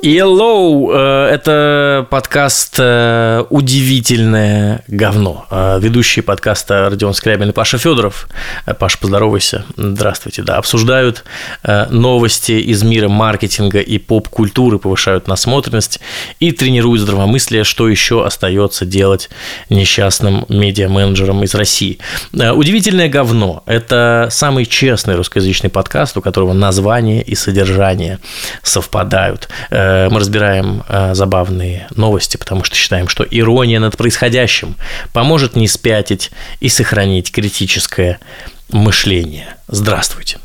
Hello! Это подкаст «Удивительное говно». Ведущие подкаста Родион Скрябин и Паша Федоров. Паша, поздоровайся. Здравствуйте. Да, обсуждают новости из мира маркетинга и поп-культуры, повышают насмотренность и тренируют здравомыслие, что еще остается делать несчастным медиа-менеджерам из России. «Удивительное говно» – это самый честный русскоязычный подкаст, у которого название и содержание совпадают. Мы разбираем забавные новости, потому что считаем, что ирония над происходящим поможет не спятить и сохранить критическое мышление. Здравствуйте.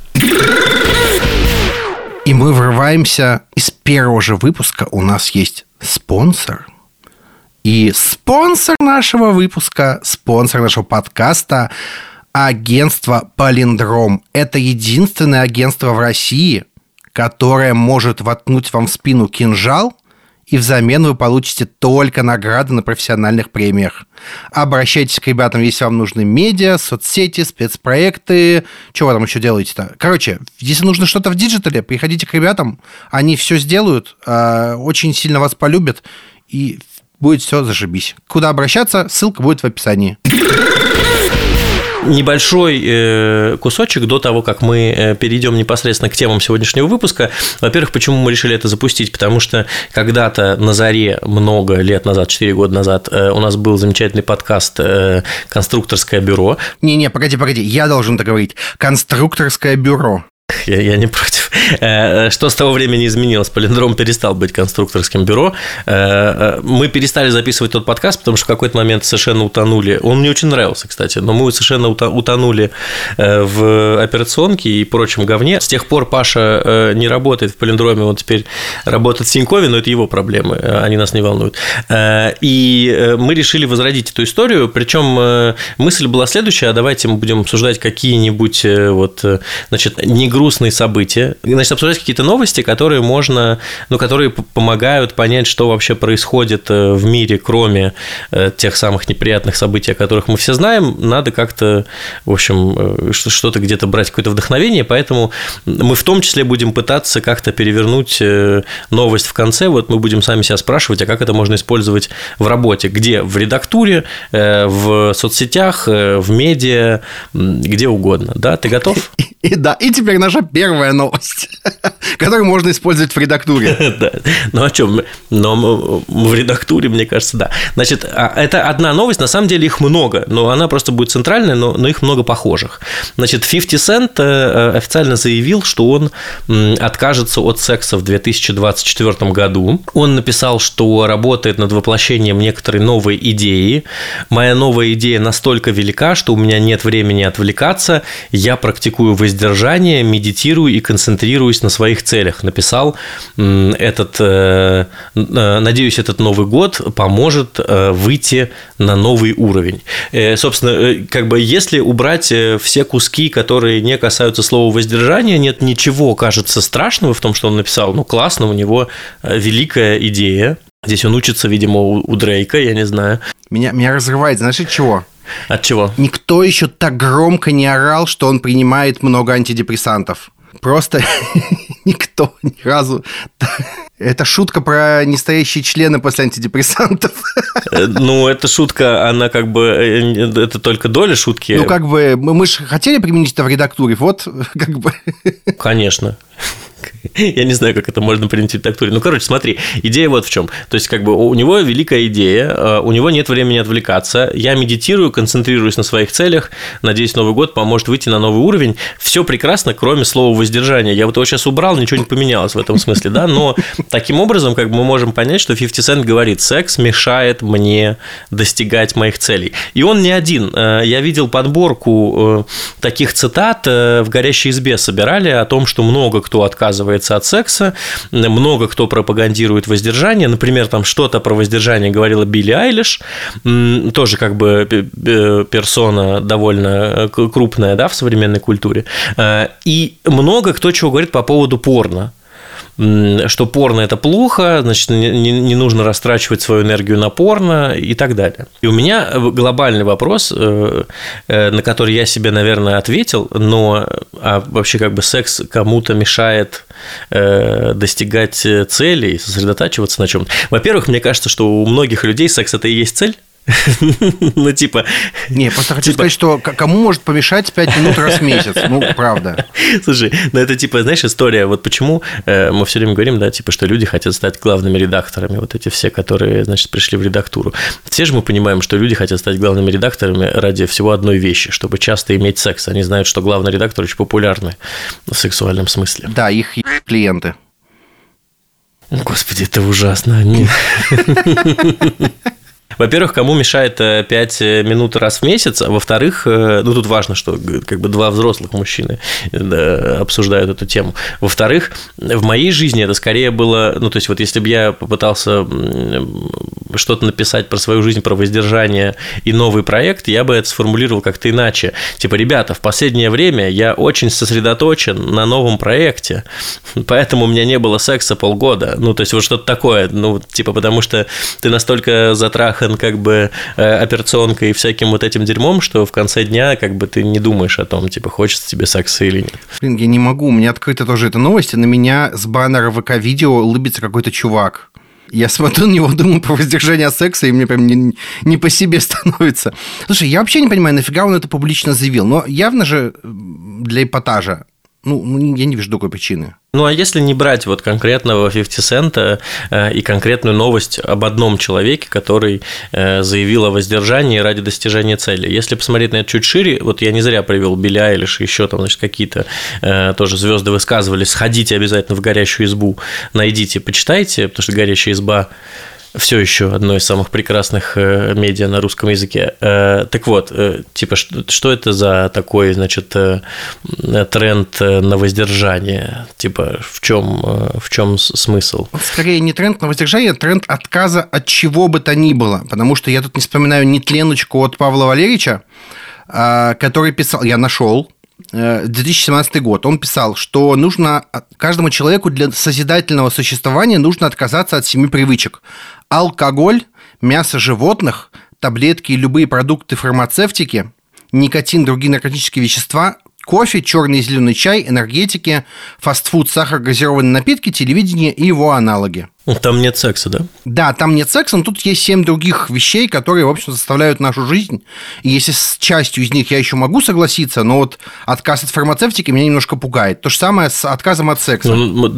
И мы врываемся из первого же выпуска. У нас есть спонсор. И спонсор нашего выпуска, спонсор нашего подкаста – агентство «Полиндром». Это единственное агентство в России, которая может воткнуть вам в спину кинжал, и взамен вы получите только награды на профессиональных премиях. Обращайтесь к ребятам, если вам нужны медиа, соцсети, спецпроекты. Что вы там еще делаете-то? Короче, если нужно что-то в диджитале, приходите к ребятам, они все сделают, очень сильно вас полюбят, и будет все зашибись. Куда обращаться, ссылка будет в описании. Небольшой кусочек до того, как мы перейдем непосредственно к темам сегодняшнего выпуска. Во-первых, почему мы решили это запустить? Потому что когда-то на заре, много лет назад, 4 года назад, у нас был замечательный подкаст «Конструкторское бюро». Не-не, погоди, я должен договорить. «Конструкторское бюро». Я не против. Что с того времени изменилось? Полиндром перестал быть конструкторским бюро. Мы перестали записывать тот подкаст, потому что в какой-то момент совершенно утонули. Он мне очень нравился, кстати, но мы совершенно утонули в операционке и прочем говне. С тех пор Паша не работает в Полиндроме, он теперь работает в Тинькове, но это его проблемы, они нас не волнуют. И мы решили возродить эту историю, причем мысль была следующая: давайте мы будем обсуждать какие-нибудь не грустные события, значит, обсуждать какие-то новости, которые которые помогают понять, что вообще происходит в мире, кроме тех самых неприятных событий, о которых мы все знаем. Надо как-то, в общем, что-то где-то брать, какое-то вдохновение, поэтому мы в том числе будем пытаться как-то перевернуть новость в конце. Вот мы будем сами себя спрашивать, а как это можно использовать в работе? Где? В редактуре, в соцсетях, в медиа, где угодно. Да, ты готов? И теперь наша первая новость, которую можно использовать в редактуре. Да. Ну, о чем? Но в редактуре, мне кажется, да. Значит, это одна новость, на самом деле их много, но она просто будет центральная, но их много похожих. Значит, 50 Cent официально заявил, что он откажется от секса в 2024 году. Он написал, что работает над воплощением некоторой новой идеи. Моя новая идея настолько велика, что у меня нет времени отвлекаться, я практикую воздержание, медитирую и концентрируюсь на своих целях. Написал надеюсь, этот Новый год поможет выйти на новый уровень. Собственно, если убрать все куски, которые не касаются слова воздержания, нет ничего, кажется, страшного в том, что он написал. Ну, классно, у него великая идея. Здесь он учится, видимо, у Дрейка, я не знаю. Меня разрывает, знаешь, от чего? От чего? Никто еще так громко не орал, что он принимает много антидепрессантов. Просто никто ни разу... Это шутка про нестоящие члены после антидепрессантов. Ну, эта шутка, она это только доля шутки. Ну, мы же хотели применить это в редактуре, вот Конечно. Я не знаю, как это можно применить в редактуре. Ну, короче, смотри, идея вот в чем. То есть, у него великая идея, у него нет времени отвлекаться. Я медитирую, концентрируюсь на своих целях. Надеюсь, Новый год поможет выйти на новый уровень. Все прекрасно, кроме слова воздержания. Я вот его сейчас убрал, ничего не поменялось в этом смысле, да. Но таким образом, мы можем понять, что 50 Cent говорит: секс мешает мне достигать моих целей. И он не один. Я видел подборку таких цитат в «Горящей избе» собирали о том, что много кто отказывается от секса, много кто пропагандирует воздержание. Например, там что-то про воздержание говорила Билли Айлиш, тоже персона довольно крупная, да, в современной культуре. И много кто чего говорит по поводу порно. что порно – это плохо, значит, не нужно растрачивать свою энергию на порно и так далее. И у меня глобальный вопрос, на который я себе, наверное, ответил, но вообще как бы секс кому-то мешает достигать целей, сосредотачиваться на чем-то. Во-первых, мне кажется, что у многих людей секс – это и есть цель. Ну, типа... Не, просто хочу сказать, что кому может помешать 5 минут раз в месяц? Ну, правда. Слушай, ну это типа, знаешь, история, вот почему мы все время говорим, да, типа, что люди хотят стать главными редакторами, вот эти все, которые, значит, пришли в редактуру. Все же мы понимаем, что люди хотят стать главными редакторами ради всего одной вещи, чтобы часто иметь секс. Они знают, что главный редактор очень популярный в сексуальном смысле. Да, их клиенты. Господи, это ужасно. Во-первых, кому мешает 5 минут раз в месяц, а во-вторых, ну, тут важно, что как бы 2 взрослых мужчины обсуждают эту тему. Во-вторых, в моей жизни это скорее было, ну, то есть, вот если бы я попытался что-то написать про свою жизнь, про воздержание и новый проект, я бы это сформулировал как-то иначе. Типа, ребята, в последнее время я очень сосредоточен на новом проекте, поэтому у меня не было секса полгода. Ну, то есть, вот что-то такое, ну, типа, потому что ты настолько затрахан как бы операционкой и всяким вот этим дерьмом, что в конце дня как бы ты не думаешь о том, типа, хочется тебе секса или нет. Блин, я не могу, у меня открыта тоже эта новость, и на меня с баннера ВК-видео улыбится какой-то чувак. Я смотрю на него, думаю про воздержание от секса, и мне прям не по себе становится. Слушай, я вообще не понимаю, нафига он это публично заявил, но явно же для эпатажа. Ну, я не вижу другой причины. Ну, а если не брать вот конкретного 50 Cent и конкретную новость об одном человеке, который заявил о воздержании ради достижения цели. Если посмотреть на это чуть шире, вот я не зря привел Билли Айлиш, еще там, значит, какие-то тоже звезды высказывались, сходите обязательно в «Горящую избу», найдите, почитайте, потому что «Горящая изба» все еще одно из самых прекрасных медиа на русском языке. Так вот, типа, что это за такой, значит, тренд на воздержание? Типа, в чем смысл? Скорее не тренд на воздержание, а тренд отказа от чего бы то ни было. Потому что я тут не вспоминаю нетленочку от Павла Валерьевича, который писал, я нашел, 2017 год, он писал, что нужно каждому человеку для созидательного существования нужно отказаться от 7 привычек. Алкоголь, мясо животных, таблетки и любые продукты фармацевтики, никотин, другие наркотические вещества, кофе, черный и зеленый чай, энергетики, фастфуд, сахар, газированные напитки, телевидение и его аналоги. Там нет секса, да? Да, там нет секса, но тут есть 7 других вещей, которые, в общем, составляют нашу жизнь. И если с частью из них я еще могу согласиться, но вот отказ от фармацевтики меня немножко пугает. То же самое с отказом от секса.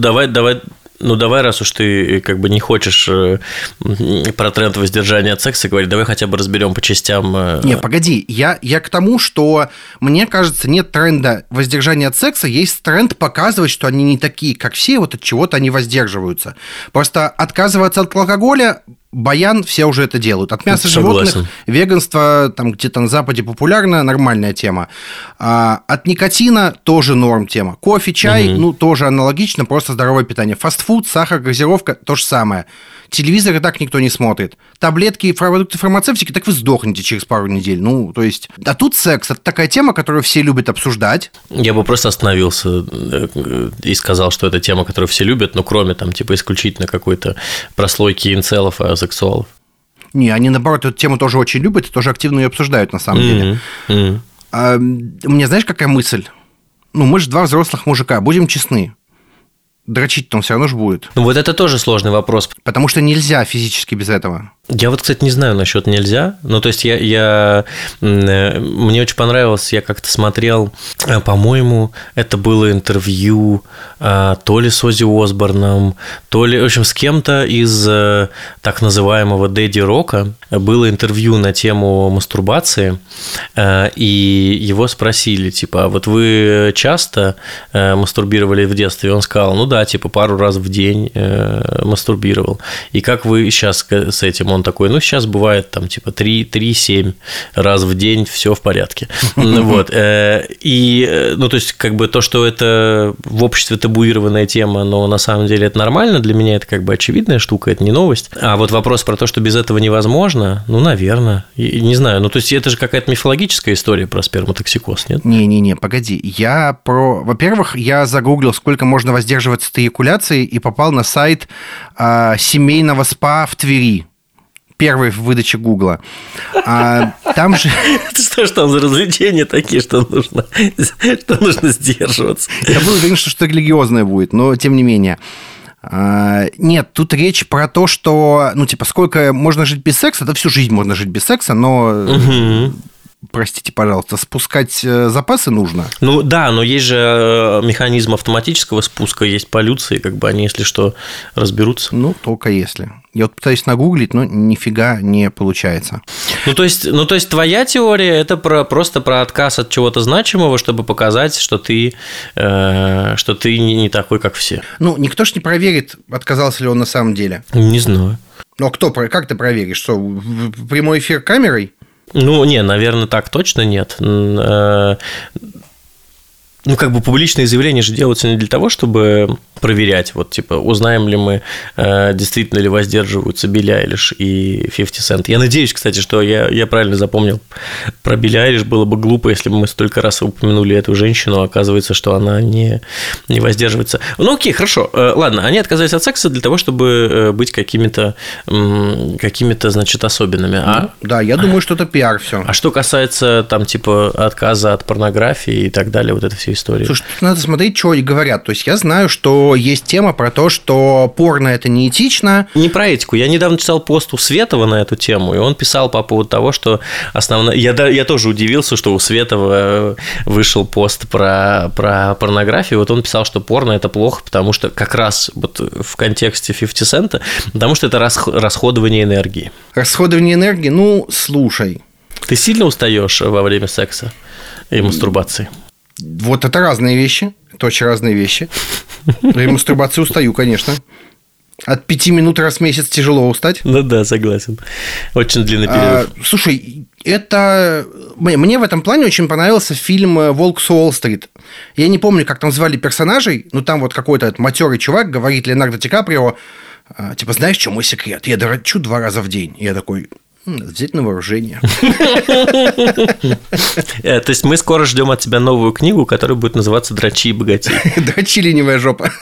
Давай, раз уж ты как бы не хочешь про тренд воздержания от секса говорить, давай хотя бы разберем по частям. Не, погоди, я к тому, что мне кажется, нет тренда воздержания от секса, есть тренд показывать, что они не такие, как все, вот от чего-то они воздерживаются. Просто отказываться от алкоголя, баян, все уже это делают. От мяса животных, веганство, там где-то на Западе популярна, нормальная тема. От никотина тоже норм тема. Кофе, чай, ну, тоже аналогично, просто здоровое питание. Фастфуд, сахар, газировка, то же самое. Телевизор и так никто не смотрит. Таблетки и продукты фармацевтики, так вы сдохнете через пару недель. Ну, то есть... А тут секс – это такая тема, которую все любят обсуждать. Я бы просто остановился и сказал, что это тема, которую все любят, но кроме там, типа, исключительно какой-то прослойки инцелов, асексуалов. Не, они, наоборот, эту тему тоже очень любят и тоже активно ее обсуждают, на самом деле. У меня, знаешь, какая мысль? Ну, мы же 2 взрослых мужика, будем честны. Дрочить-то он все равно же будет. Ну, вот это тоже сложный вопрос. Потому что нельзя физически без этого. Я вот, кстати, не знаю насчет нельзя. Ну, то есть, мне очень понравилось, я как-то смотрел, по-моему, это было интервью то ли с Оззи Осборном, то ли, в общем, с кем-то из так называемого Дэдди Рока. Было интервью на тему мастурбации, и его спросили, типа, а вот вы часто мастурбировали в детстве? И он сказал, ну да, типа, пару раз в день мастурбировал. И как вы сейчас с этим? Он он такой, ну, сейчас бывает там типа 3-7 раз в день, все в порядке. Вот. И, ну, то есть, как бы то, что это в обществе табуированная тема, но на самом деле это нормально, для меня это как бы очевидная штука, это не новость. А вот вопрос про то, что без этого невозможно, ну, наверное, не знаю, ну, то есть, это же какая-то мифологическая история про сперматоксикоз, нет? Не-не-не, погоди, во-первых, я загуглил, сколько можно воздерживаться от эякуляции, и попал на сайт семейного спа в Твери. Первый в выдаче Гугла. Там же... Что ж там за развлечения такие, что нужно сдерживаться? Я был уверен, что что-то религиозное будет, но тем не менее. Нет, тут речь про то, что, ну, типа, сколько можно жить без секса, да всю жизнь можно жить без секса, но... Простите, пожалуйста, спускать запасы нужно? Ну да, но есть же механизм автоматического спуска, есть полюции, как бы они, если что, разберутся. Ну, только если. Я вот пытаюсь нагуглить, но нифига не получается. Ну, то есть твоя теория – это просто про отказ от чего-то значимого, чтобы показать, что ты не такой, как все. Ну, никто ж не проверит, отказался ли он на самом деле. Не знаю. Ну, а как ты проверишь? Что, в прямой эфир камерой? Ну, не, наверное, так точно нет. Ну, как бы публичные заявления же делаются не для того, чтобы проверять, вот, типа, узнаем ли мы, действительно ли воздерживаются Билли Айлиш и 50 Cent. Я надеюсь, кстати, что я правильно запомнил про Билли Айлиш. Было бы глупо, если бы мы столько раз упомянули эту женщину, а оказывается, что она не воздерживается. Ну, окей, хорошо. Ладно, они отказались от секса для того, чтобы быть какими-то, значит, особенными. Да, я думаю, что это пиар все. А что касается, там, типа, отказа от порнографии и так далее, вот это все истории. Слушай, тут надо смотреть, что они говорят. То есть я знаю, что есть тема про то, что порно – это неэтично. Не про этику. Я недавно читал пост у Светова на эту тему, и он писал по поводу того, что основное... Я тоже удивился, что у Светова вышел пост про порнографию. Вот он писал, что порно – это плохо, потому что как раз вот в контексте 50 Cent, потому что это расходование энергии. Расходование энергии? Ну, слушай. Ты сильно устаешь во время секса и мастурбации? Вот это разные вещи. Это очень разные вещи. При мастурбации устаю, конечно. От 5 минут раз в месяц тяжело устать. Ну да, согласен. Очень длинный перерыв. Слушай, мне в этом плане очень понравился фильм «Волк с Уолл-стрит». Я не помню, как там звали персонажей, но там вот какой-то матерый чувак говорит Леонардо Ди Каприо, типа, знаешь, в чем мой секрет? Я дрочу 2 раза в день. И я такой... Взять на вооружение. То есть мы скоро ждем от тебя новую книгу, которая будет называться «Дрочи и богатей». Дрочи, ленивая жопа.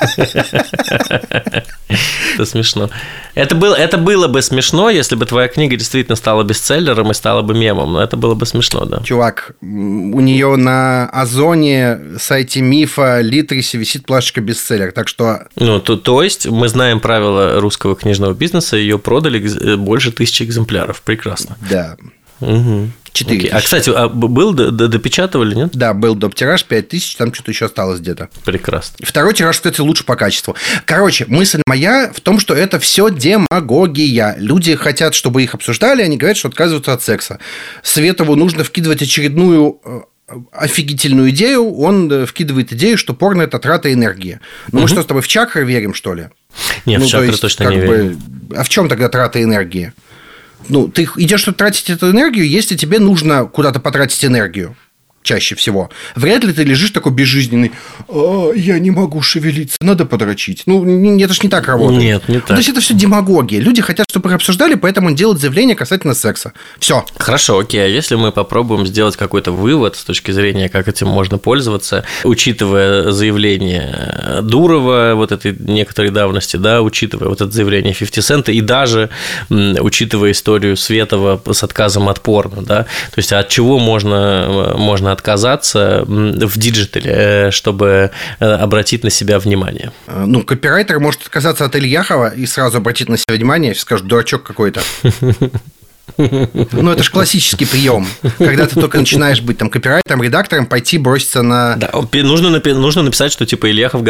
Это смешно. Это было бы смешно, если бы твоя книга действительно стала бестселлером и стала бы мемом. Но это было бы смешно, да. Чувак, у нее на Озоне, сайте Мифа, Литресе висит плашечка бестселлер, так что... Ну, то есть мы знаем правила русского книжного бизнеса, ее продали больше 1000 экземпляров. Прекрасно. Да. Угу. 4000. А, кстати, был допечатывали, нет? Да, был доп. Тираж 5000, там что-то еще осталось где-то. Прекрасно. Второй тираж, кстати, лучше по качеству. Короче, мысль моя в том, что это все демагогия. Люди хотят, чтобы их обсуждали, они говорят, что отказываются от секса. Светову нужно вкидывать очередную офигительную идею, он вкидывает идею, что порно – это трата энергии. Ну, мы что, с тобой в чакры верим, что ли? Нет, в чакры точно не верим. А в чем тогда трата энергии? Ну, ты идешь тут тратить эту энергию, если тебе нужно куда-то потратить энергию. Чаще всего. Вряд ли ты лежишь такой безжизненный. Я не могу шевелиться, надо подрочить. Ну, это ж не так работает. Нет, не так. То есть это все демагогия. Люди хотят, чтобы их обсуждали, поэтому он делает заявление касательно секса. Все. Хорошо, окей. А если мы попробуем сделать какой-то вывод с точки зрения, как этим можно пользоваться, учитывая заявление Дурова, вот этой некоторой давности, да, учитывая вот это заявление 50 Cent и даже учитывая историю Светова с отказом от порно, да, то есть от чего можно отказаться в диджитале, чтобы обратить на себя внимание? Ну, копирайтер может отказаться от Ильяхова и сразу обратить на себя внимание, скажет, дурачок какой-то. Ну, это же классический прием. Когда ты только начинаешь быть там копирайтером, редактором, пойти броситься на... Да, нужно написать, что типа Ильяхов говно.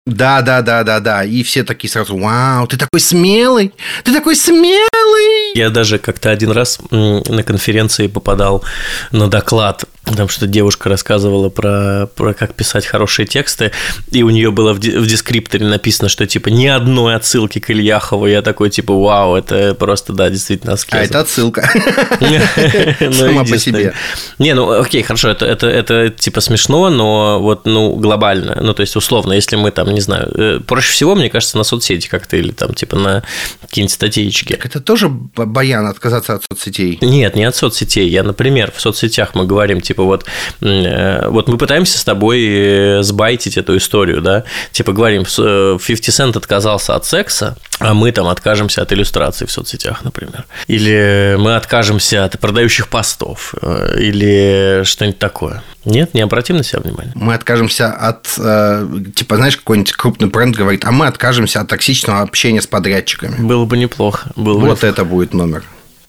Да. И все такие сразу: вау, ты такой смелый! Ты такой смелый! Я даже как-то один раз на конференции попадал на доклад, потому что девушка рассказывала про как писать хорошие тексты, и у нее было в дескрипторе написано, что типа ни одной отсылки к Ильяхову. Я такой типа: вау, это просто, да, действительно аскеза. А это отсылка. Сама по себе. Не, ну окей, хорошо, это типа смешно, но вот, глобально, то есть условно, если мы там, не знаю, проще всего, мне кажется, на соцсети как-то или там типа на какие-нибудь статейки. Так это тоже баян отказаться от соцсетей? Нет, не от соцсетей. Я, например, в соцсетях мы говорим, типа, вот мы пытаемся с тобой сбайтить эту историю, да, типа говорим, 50 Cent отказался от секса, а мы там откажемся от иллюстраций в соцсетях, например. Или мы откажемся от продающих постов, или что-нибудь такое. Нет, не обратим на себя внимание. Мы откажемся от, типа, знаешь, какой-нибудь крупный бренд говорит: а мы откажемся от токсичного общения с подрядчиками. Было бы неплохо. Вот это будет номер.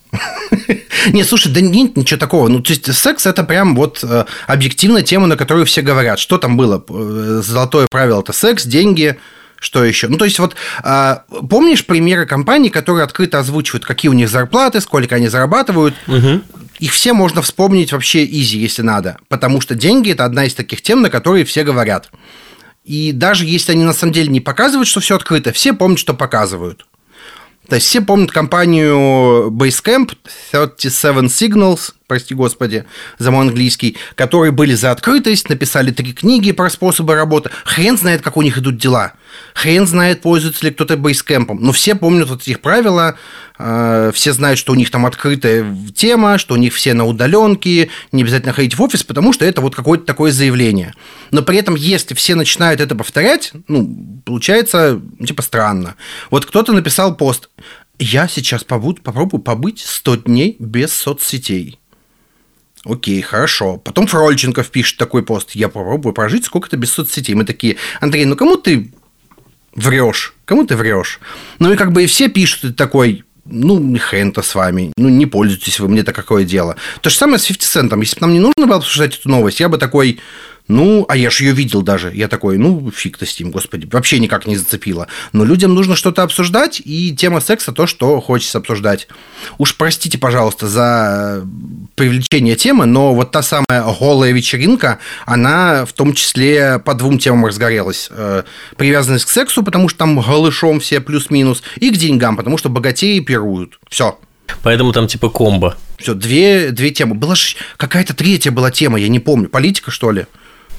Не, слушай, да нет ничего такого. То есть секс – это прям вот объективная тема, на которую все говорят. Что там было? Золотое правило – это секс, деньги. Что еще? То есть, вот помнишь примеры компаний, которые открыто озвучивают, какие у них зарплаты, сколько они зарабатывают? Угу. Их все можно вспомнить вообще изи, если надо. Потому что деньги – это одна из таких тем, на которые все говорят. И даже если они на самом деле не показывают, что все открыто, все помнят, что показывают. То есть все помнят компанию Basecamp, 37 Signals, прости господи, за мой английский, которые были за открытость, написали 3 книги про способы работы. Хрен знает, как у них идут дела. Хрен знает, пользуется ли кто-то Basecamp. Но все помнят вот их правила, все знают, что у них там открытая тема, что у них все на удаленке, не обязательно ходить в офис, потому что это вот какое-то такое заявление. Но при этом, если все начинают это повторять, получается, типа, странно. Вот кто-то написал пост: я сейчас попробую побыть 100 дней без соцсетей. Окей, хорошо. Потом Фрольченков пишет такой пост: я попробую прожить сколько-то без соцсетей. Мы такие: Андрей, кому ты врешь? Кому ты врешь? И как бы и все пишут, и такой: хрен-то с вами, не пользуйтесь вы, мне-то какое дело. То же самое с 50 Cent. Если бы нам не нужно было обсуждать эту новость, я бы такой: а я же ее видел даже. Я такой: фиг-то с ним, господи, вообще никак не зацепило. Но людям нужно что-то обсуждать, и тема секса то, что хочется обсуждать. Уж простите, пожалуйста, за привлечение темы, но вот та самая голая вечеринка, она в том числе по 2 темам разгорелась. Привязанность к сексу, потому что там голышом все плюс-минус, и к деньгам, потому что богатеи пируют. Все. Поэтому там типа комбо. Все, 2 темы. Была же какая-то 3-я была тема, я не помню. Политика, что ли?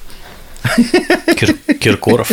Киркоров.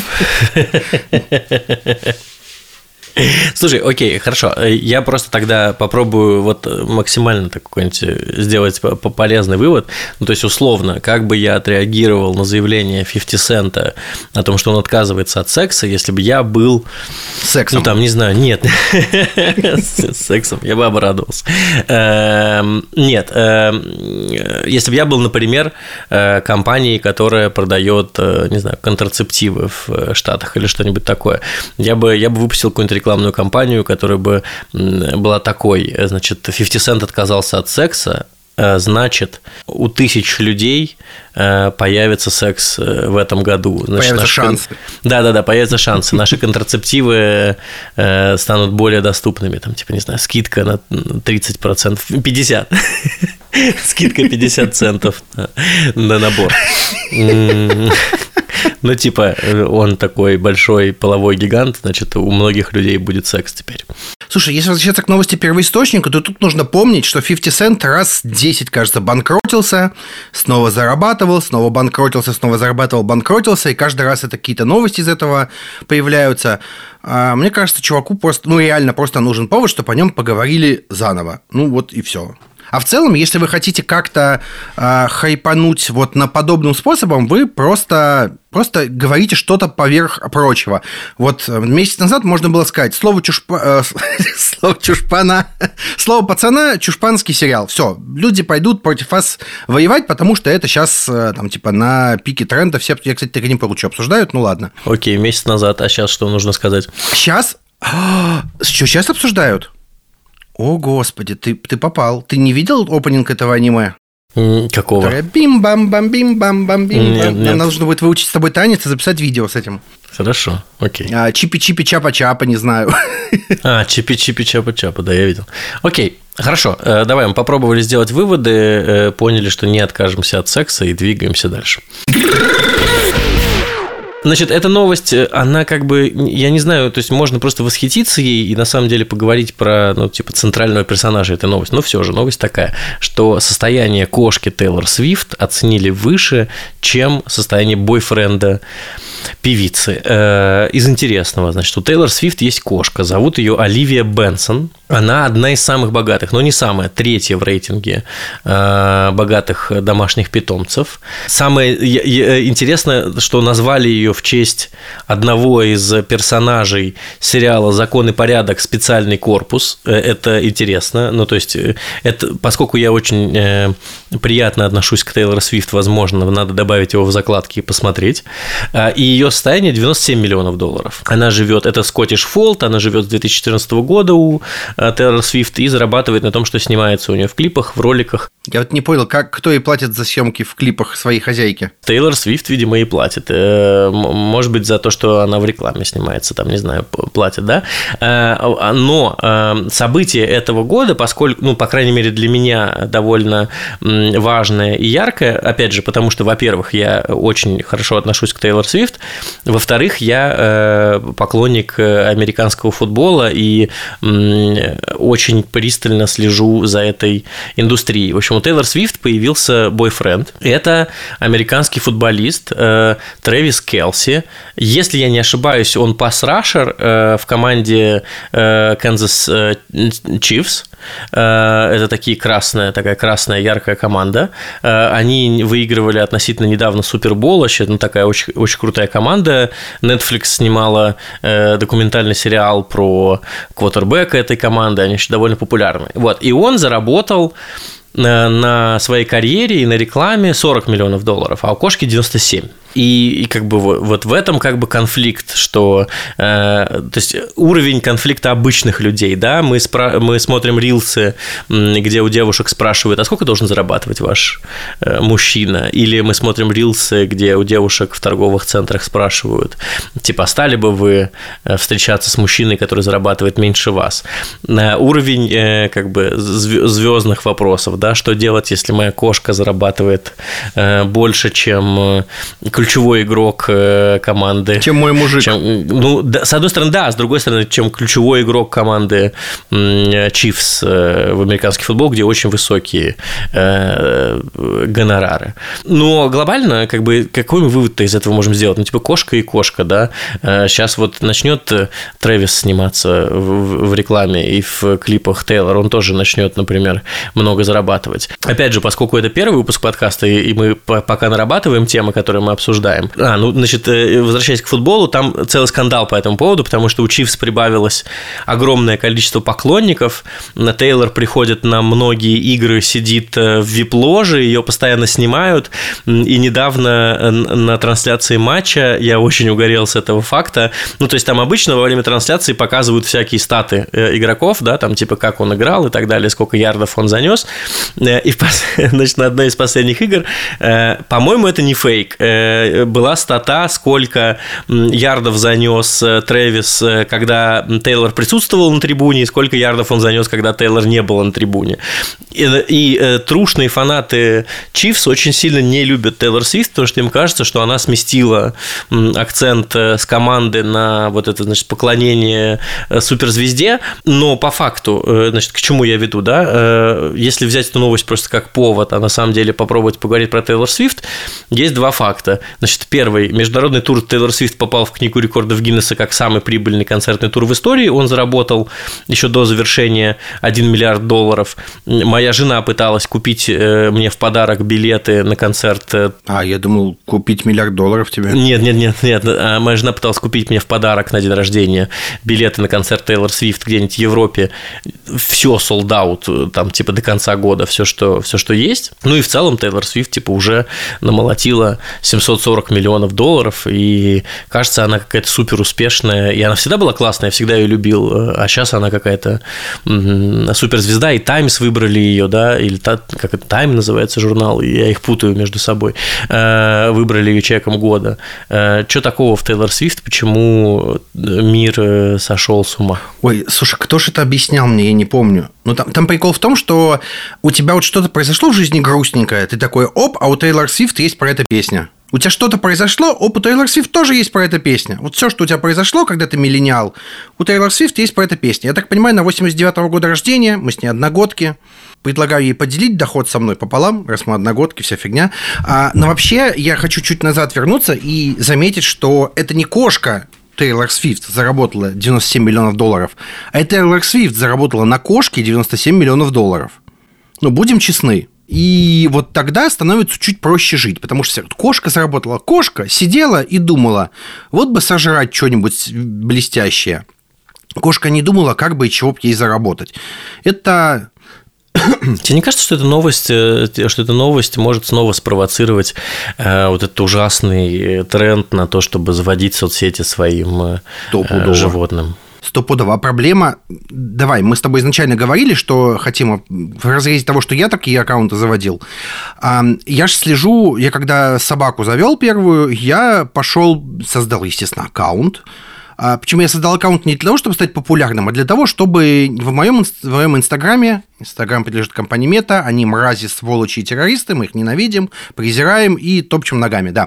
Слушай, окей, хорошо. Я просто тогда попробую вот максимально какой-нибудь сделать полезный вывод. То есть, условно, как бы я отреагировал на заявление 50 Cent о том, что он отказывается от секса, если бы я был... Сексом. Не знаю, нет. С сексом я бы обрадовался. Нет. Если бы я был, например, компанией, которая продает, не знаю, контрацептивы в Штатах или что-нибудь такое, я бы выпустил какую-нибудь рекламную кампанию, которая бы была такой: значит, 50 Cent отказался от секса, значит, у 1000 людей появится секс в этом году. Значит, появятся шансы. Да, появятся шансы. Наши контрацептивы станут более доступными. Там, типа, не знаю, скидка на 30%, 50%. Скидка 50 центов на набор. Типа, он такой большой половой гигант, значит, у многих людей будет секс теперь. Слушай, если возвращаться к новости первоисточника, то тут нужно помнить, что 50 Cent раз 10, кажется, банкротился, снова зарабатывал, снова банкротился, снова зарабатывал, банкротился, и каждый раз это какие-то новости из этого появляются. Мне кажется, чуваку просто, реально просто нужен повод, чтобы о нем поговорили заново. Вот и все. А в целом, если вы хотите как-то хайпануть вот на подобным способом, вы просто говорите что-то поверх прочего. Вот месяц назад можно было сказать: слово чушпана, слово пацана, чушпанский сериал. Все, люди пойдут против вас воевать, потому что это сейчас там типа на пике тренда. Все, я, кстати, так и не получу, обсуждают, ладно. Окей, месяц назад, а сейчас что нужно сказать? Сейчас? Что сейчас обсуждают? О, господи, ты попал. Ты не видел опенинг этого аниме? Какого? Бим-бам-бам-бим-бам-бам-бим. Нам нужно будет выучить с тобой танец и записать видео с этим. Хорошо, окей. Чипи-чипи-чапа-чапа, не знаю. Чипи-чипи-чапа-чапа, да, я видел. Окей, хорошо, давай, мы попробовали сделать выводы, поняли, что не откажемся от секса и двигаемся дальше. Значит, эта новость, она как бы, я не знаю, то есть можно просто восхититься ей и на самом деле поговорить про, центрального персонажа этой новости. Но все же новость такая, что состояние кошки Тейлор Свифт оценили выше, чем состояние бойфренда певицы. Из интересного, значит, у Тейлор Свифт есть кошка, зовут ее Оливия Бенсон. Она одна из самых богатых, но не самая, третья в рейтинге богатых домашних питомцев. Самое интересное, что назвали ее в честь одного из персонажей сериала «Закон и порядок. Специальный корпус». Это интересно. Ну, то есть, это, поскольку я очень приятно отношусь к Тейлор Свифт, возможно, надо добавить его в закладки и посмотреть. И ее состояние $97 миллионов. Она живет, это Scottish Fold, она живет с 2014 года у Тейлор Свифт и зарабатывает на том, что снимается у нее в клипах, в роликах. Я вот не понял, кто ей платит за съемки в клипах своей хозяйки? Тейлор Свифт, видимо, и платит. Может быть, за то, что она в рекламе снимается, там, не знаю, платит, да? Но событие этого года, поскольку, ну, по крайней мере, для меня довольно важное и яркое, опять же, потому что, во-первых, я очень хорошо отношусь к Тейлор Свифт, во-вторых, я поклонник американского футбола и очень пристально слежу за этой индустрией. В общем, у Тейлор Свифт появился бойфренд. Это американский футболист Трэвис Келси. Если я не ошибаюсь, он пас-рашер в команде Kansas Chiefs. Это такая красная яркая команда. Они выигрывали относительно недавно Супербол. Ну, такая очень, очень крутая команда. Netflix снимала документальный сериал про квотербека этой команды. Они еще довольно популярны. Вот. И он заработал на своей карьере и на рекламе $40 миллионов, а у кошки 97. И как бы вот в этом как бы конфликт, что то есть уровень конфликта обычных людей, да, мы смотрим рилсы, где у девушек спрашивают, а сколько должен зарабатывать ваш мужчина, или мы смотрим рилсы, где у девушек в торговых центрах спрашивают, типа, стали бы вы встречаться с мужчиной, который зарабатывает меньше вас. Уровень как бы звездных вопросов, да, что делать, если моя кошка зарабатывает больше, чем ключевой игрок команды. Чем мой мужик. С одной стороны, да, с другой стороны, чем ключевой игрок команды Chiefs в американский футбол, где очень высокие гонорары. Но глобально, как бы, какой мы вывод-то из этого можем сделать? Ну, типа, кошка и кошка, да. Сейчас вот начнет Трэвис сниматься в рекламе и в клипах Тейлор, он тоже начнет, например, много зарабатывать. Опять же, поскольку это первый выпуск подкаста, и мы пока нарабатываем темы, которые мы обсуждаем. Значит, возвращаясь к футболу, там целый скандал по этому поводу, потому что у Chiefs прибавилось огромное количество поклонников. Тейлор приходит на многие игры, сидит в вип-ложе, ее постоянно снимают. И недавно на трансляции матча я очень угорел с этого факта. Ну, то есть, там обычно во время трансляции показывают всякие статы игроков, да, там типа как он играл и так далее, сколько ярдов он занес. И, значит, на одной из последних игр, по-моему, это не фейк, была стата, сколько ярдов занес Трэвис, когда Тейлор присутствовал на трибуне, и сколько ярдов он занес, когда Тейлор не был на трибуне. И трушные фанаты Chiefs очень сильно не любят Тейлор Свифт, потому что им кажется, что она сместила акцент с команды на вот это, значит, поклонение суперзвезде. Но по факту, значит, к чему я веду, да, если взять эту новость просто как повод, а на самом деле попробовать поговорить про Тейлор Свифт, есть два факта. Значит, первый. Международный тур Тейлор Свифт попал в книгу рекордов Гиннесса как самый прибыльный концертный тур в истории. Он заработал еще до завершения $1 миллиард. Моя жена пыталась купить мне в подарок билеты на концерт. Я думал, купить $1 миллиард тебе. Нет. Моя жена пыталась купить мне в подарок на день рождения билеты на концерт Тейлор Свифт где-нибудь в Европе. Все sold out, там, типа, до конца года, все, что есть. Ну и в целом Тейлор Свифт, типа, уже намолотила $700 $540 миллионов, и кажется, она какая-то супер успешная, и она всегда была классная, я всегда ее любил, а сейчас она какая-то суперзвезда, и Times выбрали ее, да, или как это, Time называется журнал, я их путаю между собой, выбрали ее человеком года. Что такого в Тейлор Свифт, почему мир сошел с ума? Ой, слушай, кто же это объяснял мне, я не помню. Ну, там прикол в том, что у тебя вот что-то произошло в жизни грустненькое, ты такой, оп, а у Тейлор Свифт есть про это песня. У тебя что-то произошло, у Тейлор Свифт тоже есть про это песня. Вот все, что у тебя произошло, когда ты миллениал, у Тейлор Свифт есть про это песня. Я так понимаю, на 89-го года рождения, мы с ней одногодки, предлагаю ей поделить доход со мной пополам, раз мы одногодки, вся фигня. Но вообще я хочу чуть назад вернуться и заметить, что это не кошка Тейлор Свифт заработала $97 миллионов, а Тейлор Свифт заработала на кошке $97 миллионов. Ну, будем честны. И вот тогда становится чуть проще жить, потому что кошка заработала. Кошка сидела и думала, вот бы сожрать что-нибудь блестящее. Кошка не думала, как бы и чего бы ей заработать. Это... Тебе не кажется, что эта новость может снова спровоцировать вот этот ужасный тренд на то, чтобы заводить соцсети своим животным? Стопудово. Проблема... Давай, мы с тобой изначально говорили, что хотим в разрезе того, что я такие аккаунты заводил. Я же слежу, я когда собаку завел первую, я пошел, создал, естественно, аккаунт. Почему я создал аккаунт не для того, чтобы стать популярным, а для того, чтобы в моем Инстаграме, Инстаграм принадлежит компании Мета, они мрази, сволочи и террористы, мы их ненавидим, презираем и топчем ногами, да.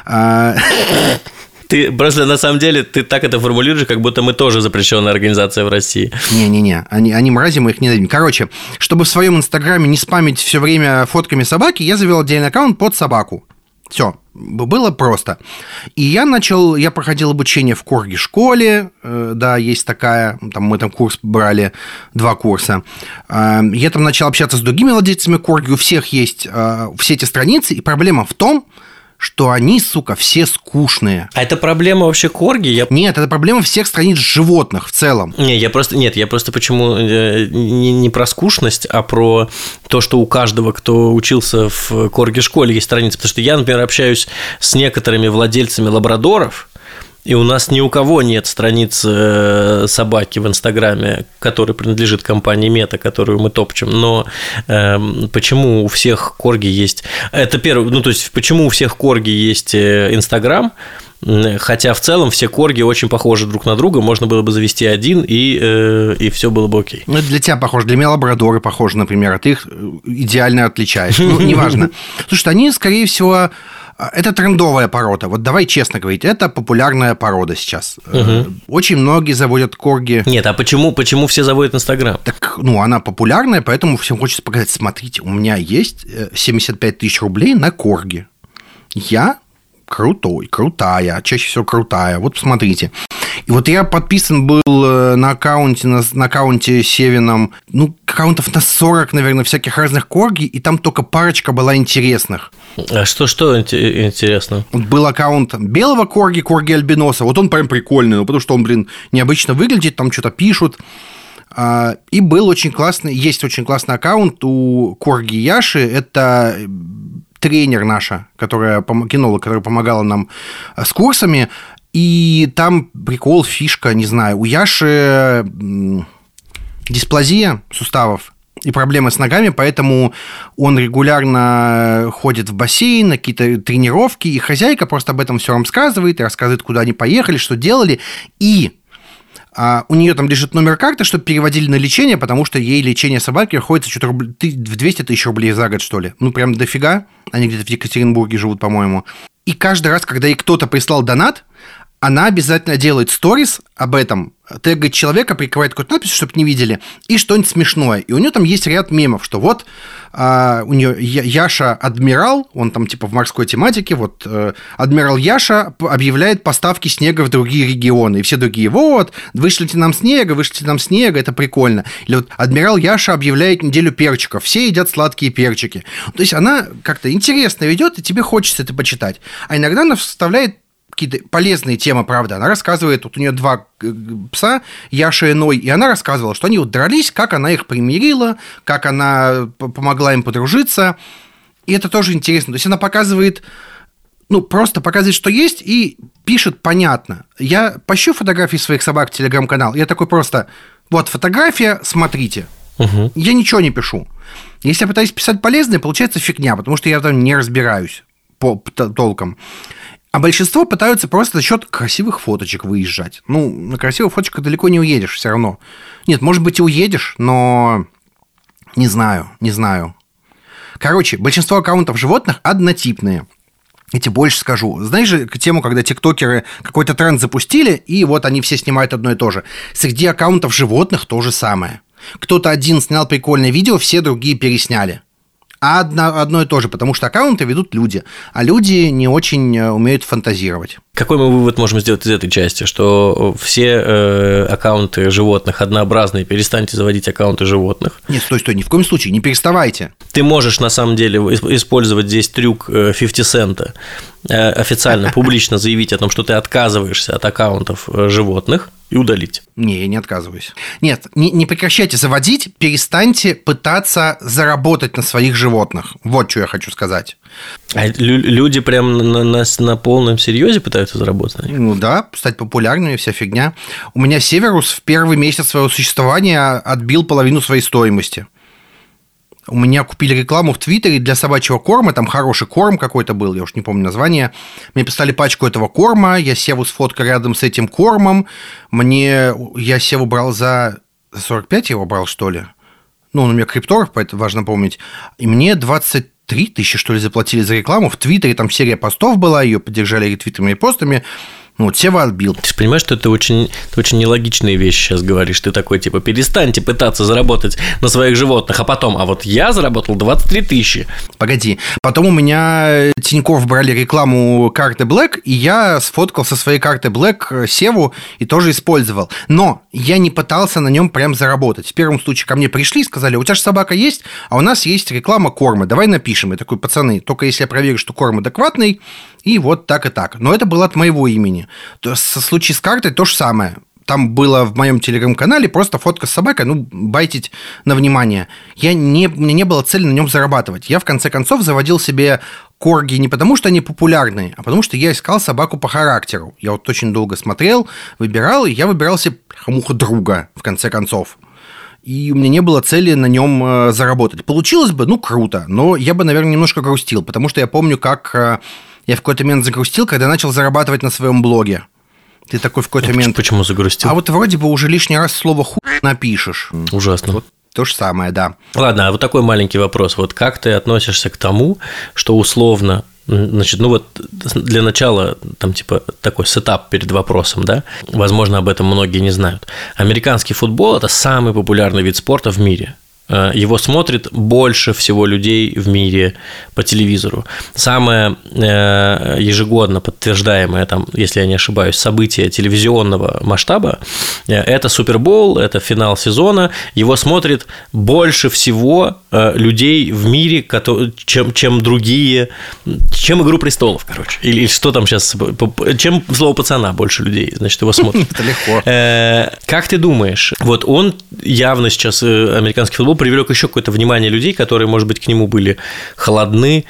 Ты просто, на самом деле, ты так это формулируешь, как будто мы тоже запрещенная организация в России. Не-не-не, они мрази, мы их ненавидим. Короче, чтобы в своем Инстаграме не спамить все время фотками собаки, я завел отдельный аккаунт под собаку. Все, было просто. И я проходил обучение в корги-школе, да, есть такая, мы там курс брали, 2 курса. Я там начал общаться с другими владельцами корги, у всех есть все эти страницы, и проблема в том, что они, сука, все скучные. А это проблема вообще корги? Нет, это проблема всех страниц животных в целом. Я просто почему не про скучность, а про то, что у каждого, кто учился в корги-школе, есть страницы. Потому что я, например, общаюсь с некоторыми владельцами лабрадоров, и у нас ни у кого нет страниц собаки в Инстаграме, которая принадлежит компании Мета, которую мы топчем. Но почему у всех корги есть... Это первое. Ну, то есть, почему у всех корги есть Инстаграм, хотя в целом все корги очень похожи друг на друга, можно было бы завести один, и все было бы окей. Ну, это для тебя похоже, для меня лабрадоры похожи, например, а ты их идеально отличаешь. Ну, неважно. Слушай, они, скорее всего... Это трендовая порода. Вот давай честно говорить, это популярная порода сейчас. Очень многие заводят корги. Нет, а почему все заводят Инстаграм? Так, она популярная, поэтому всем хочется показать, смотрите, у меня есть 75 тысяч рублей на корги. Я крутая, чаще всего крутая. Вот посмотрите. И вот я подписан был на аккаунте Севином, аккаунтов на 40, наверное, всяких разных корги, и там только парочка была интересных. А что интересно? Вот был аккаунт белого корги альбиноса, вот он прям прикольный, потому что он, необычно выглядит, там что-то пишут. И был очень классный, есть очень классный аккаунт у корги Яши, это тренер наша, кинолог, которая помогала нам с курсами. И там прикол, фишка, не знаю, у Яши дисплазия суставов и проблемы с ногами, поэтому он регулярно ходит в бассейн, на какие-то тренировки, и хозяйка просто об этом все рассказывает, и рассказывает, куда они поехали, что делали, и у нее там лежит номер карты, чтобы переводили на лечение, потому что ей лечение собаки обходится что-то в 200 тысяч рублей за год, что ли. Прям дофига, они где-то в Екатеринбурге живут, по-моему. И каждый раз, когда ей кто-то прислал донат, она обязательно делает сторис об этом, тегает человека, прикрывает какую-то надпись, чтобы не видели, и что-нибудь смешное. И у нее там есть ряд мемов, что вот у нее Яша Адмирал, он там типа в морской тематике, вот Адмирал Яша объявляет поставки снега в другие регионы, и все другие, вот, вышлите нам снега, это прикольно. Или вот Адмирал Яша объявляет неделю перчиков, все едят сладкие перчики. То есть она как-то интересно ведет, и тебе хочется это почитать. А иногда она вставляет какие-то полезные темы, правда. Она рассказывает, вот у нее 2 пса, Яша и Ной, и она рассказывала, что они вот дрались, как она их примирила, как она помогла им подружиться. И это тоже интересно. То есть она показывает просто показывает, что есть, и пишет понятно. Я пощу фотографии своих собак в телеграм-канал, я такой просто, вот фотография, смотрите. Угу. Я ничего не пишу. Если я пытаюсь писать полезное, получается фигня, потому что я там не разбираюсь толком. А большинство пытаются просто за счет красивых фоточек выезжать. На красивых фоточках далеко не уедешь все равно. Нет, может быть, и уедешь, но не знаю. Короче, большинство аккаунтов животных однотипные. Я тебе больше скажу. Знаешь же тему, когда тиктокеры какой-то тренд запустили, и вот они все снимают одно и то же. Среди аккаунтов животных то же самое. Кто-то один снял прикольное видео, все другие пересняли. А одно и то же, потому что аккаунты ведут люди, а люди не очень умеют фантазировать. Какой мы вывод можем сделать из этой части? Что все аккаунты животных однообразные, перестаньте заводить аккаунты животных? Нет, стой, ни в коем случае, не переставайте. Ты можешь, на самом деле, использовать здесь трюк 50 цента, официально, публично заявить о том, что ты отказываешься от аккаунтов животных, и удалить. Не, я не отказываюсь. Нет, не прекращайте заводить, перестаньте пытаться заработать на своих животных. Вот что я хочу сказать. А люди прям на полном серьезе пытаются заработать? Да, стать популярными, вся фигня. У меня Северус в первый месяц своего существования отбил половину своей стоимости. У меня купили рекламу в Твиттере для собачьего корма, там хороший корм какой-то был, я уж не помню название. Мне прислали пачку этого корма, я Севу сфоткал рядом с этим кормом. Я Севу брал за 45, я его брал, что ли? Он у меня крипторов, поэтому важно помнить. И мне 23 тысячи, что ли, заплатили за рекламу. В Твиттере там серия постов была, ее поддержали ретвитами и постами. Сева отбил. Ты же понимаешь, что ты очень нелогичные вещи сейчас говоришь. Ты такой, типа, перестаньте пытаться заработать на своих животных, а потом, вот я заработал 23 тысячи. Погоди. Потом у меня Тинькофф брали рекламу карты Black, и я сфоткал со своей карты Black Севу и тоже использовал. Но я не пытался на нем прям заработать. В первом случае ко мне пришли и сказали, у тебя же собака есть, а у нас есть реклама корма, давай напишем. Я такой, пацаны, только если я проверю, что корм адекватный, и вот так и так. Но это было от моего имени. В случае с картой то же самое. Там было в моем телеграм-канале просто фотка с собакой, байтить на внимание. У меня не было цели на нем зарабатывать. Я, в конце концов, заводил себе корги не потому, что они популярные, а потому, что я искал собаку по характеру. Я вот очень долго смотрел, выбирал, и я выбирал себе друга, в конце концов. И у меня не было цели на нем заработать. Получилось бы, круто, но я бы, наверное, немножко грустил, потому что я помню, как я в какой-то момент загрустил, когда начал зарабатывать на своем блоге. Ты такой в какой-то момент... Почему загрустил? А вот вроде бы уже лишний раз слово «хуй» напишешь. Ужасно. Вот то же самое, да. Ладно, а вот такой маленький вопрос. Вот как ты относишься к тому, что условно... Значит, для начала, там, типа, такой сетап перед вопросом, да? Возможно, об этом многие не знают. Американский футбол – это самый популярный вид спорта в мире. Его смотрит больше всего людей в мире по телевизору. Самое ежегодно подтверждаемое, там, если я не ошибаюсь, событие телевизионного масштаба – это Супербоул, это финал сезона. Его смотрит больше всего людей в мире, чем другие, чем «Игру престолов», короче. Или что там сейчас, чем «Слово пацана» больше людей, значит, его смотрят. Это легко. Как ты думаешь, вот он явно сейчас, американский футбол, привлек еще какое-то внимание людей, которые, может быть, к нему были холодны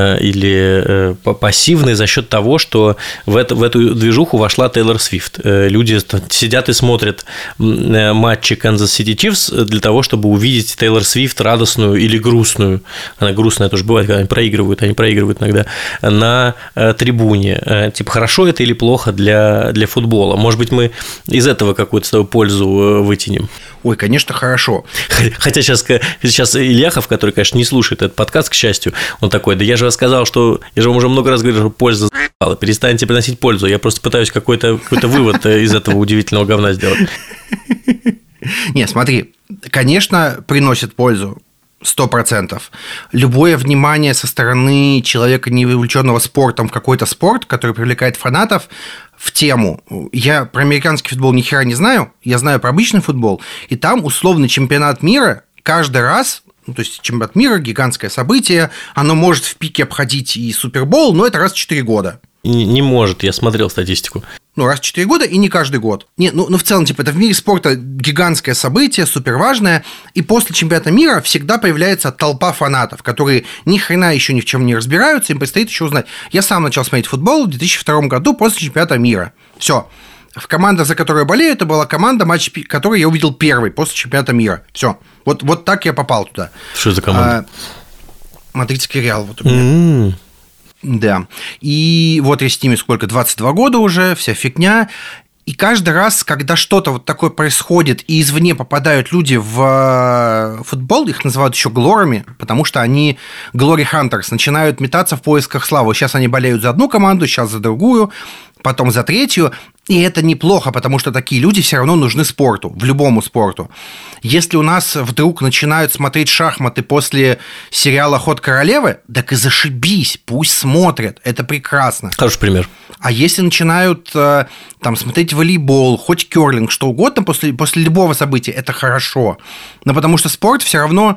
или пассивны за счет того, что в эту движуху вошла Тейлор Свифт. Люди сидят и смотрят матчи Канзас-Сити Чифс для того, чтобы увидеть Тейлор Свифт радостную или грустную. Она грустная тоже бывает, когда они проигрывают иногда на трибуне. Типа, хорошо это или плохо для футбола? Может быть, мы из этого какую-то пользу вытянем? Ой, конечно, хорошо. Хотя сейчас Ильяхов, который, конечно, не слушает этот подкаст, к счастью, он такой, да я же сказал, что... Я же вам уже много раз говорил, что польза за***ала, перестаньте приносить пользу. Я просто пытаюсь какой-то вывод из этого удивительного говна сделать. Не, смотри, конечно, приносит пользу. 100%. Любое внимание со стороны человека, не увлеченного спортом, в какой-то спорт, который привлекает фанатов, в тему. Я про американский футбол ни хера не знаю, я знаю про обычный футбол, и там условный чемпионат мира каждый раз, то есть чемпионат мира, гигантское событие, оно может в пике обходить и Супербол, но это раз в 4 года. Не может, я смотрел статистику. раз в 4 года и не каждый год. В целом, это в мире спорта гигантское событие, супер важное, и после чемпионата мира всегда появляется толпа фанатов, которые ни хрена еще ни в чем не разбираются, им предстоит еще узнать. Я сам начал смотреть футбол в 2002 году после чемпионата мира. Все. Команда, за которую я болею, это была команда, матч, который я увидел первый после чемпионата мира. Все. Вот так я попал туда. Что за команда? Мадридский Реал вот у меня. Да. И вот я с ними сколько? 22 года уже, вся фигня. И каждый раз, когда что-то вот такое происходит, и извне попадают люди в футбол, их называют еще глорами, потому что они glory hunters, начинают метаться в поисках славы. Сейчас они болеют за одну команду, сейчас за другую, потом за третью. И это неплохо, потому что такие люди все равно нужны спорту, в любому спорту. Если у нас вдруг начинают смотреть шахматы после сериала «Ход королевы», так и зашибись, пусть смотрят, это прекрасно. Хороший пример. А если начинают смотреть волейбол, хоть керлинг, что угодно после любого события, это хорошо. Но потому что спорт все равно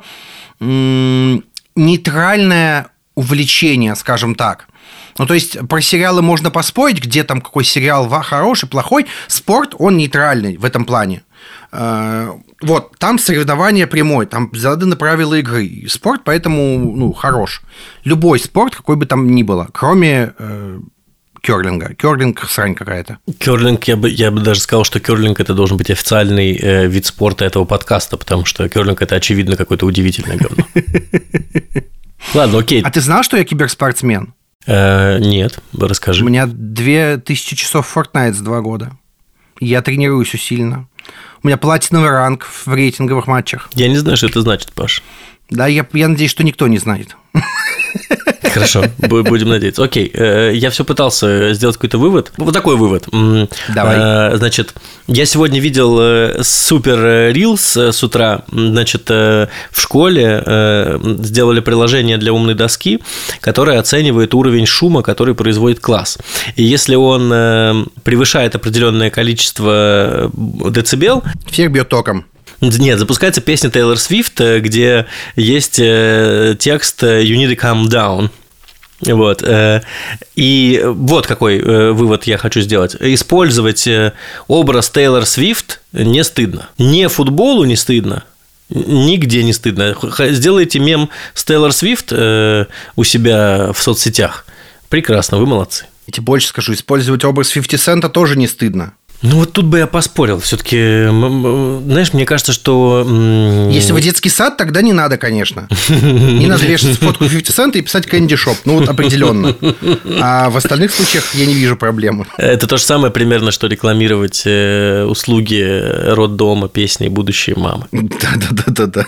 нейтральное увлечение, скажем так. То есть про сериалы можно поспорить, где там какой сериал хороший, плохой. Спорт, он нейтральный в этом плане. Вот, там соревнование прямое, там заданы правила игры. Спорт поэтому, хорош. Любой спорт, какой бы там ни было, кроме керлинга. Керлинг – срань какая-то. Керлинг, я бы даже сказал, что керлинг – это должен быть официальный вид спорта этого подкаста, потому что керлинг – это, очевидно, какое-то удивительное говно. Ладно, окей. А ты знал, что я киберспортсмен? Нет, расскажи. У меня 2000 часов Fortnite за 2 года. Я тренируюсь усиленно. У меня платиновый ранг в рейтинговых матчах. Я не знаю, что это значит, Паш. Да, я надеюсь, что никто не знает. Хорошо, будем надеяться. Окей, я все пытался сделать какой-то вывод. Вот такой вывод. Давай. Значит, я сегодня видел супер рилс с утра. Значит, в школе сделали приложение для умной доски, которое оценивает уровень шума, который производит класс. И если он превышает определенное количество децибел... Всех бьет током. Нет, запускается песня Тейлор Свифт, где есть текст «You need to calm down». Вот. И вот какой вывод я хочу сделать. Использовать образ Тейлор Свифт не стыдно. Ни футболу не стыдно, нигде не стыдно. Сделайте мем с Тейлор Свифт у себя в соцсетях. Прекрасно, вы молодцы. Я тебе больше скажу, использовать образ 50 Цента тоже не стыдно. Вот тут бы я поспорил. Все-таки, знаешь, мне кажется, что... Если вы детский сад, тогда не надо, конечно. Не надо вешать фотку 50 Цента и писать Candy Shop. Определенно. А в остальных случаях я не вижу проблемы. Это то же самое примерно, что рекламировать услуги роддома, песни «Будущие мамы». Да.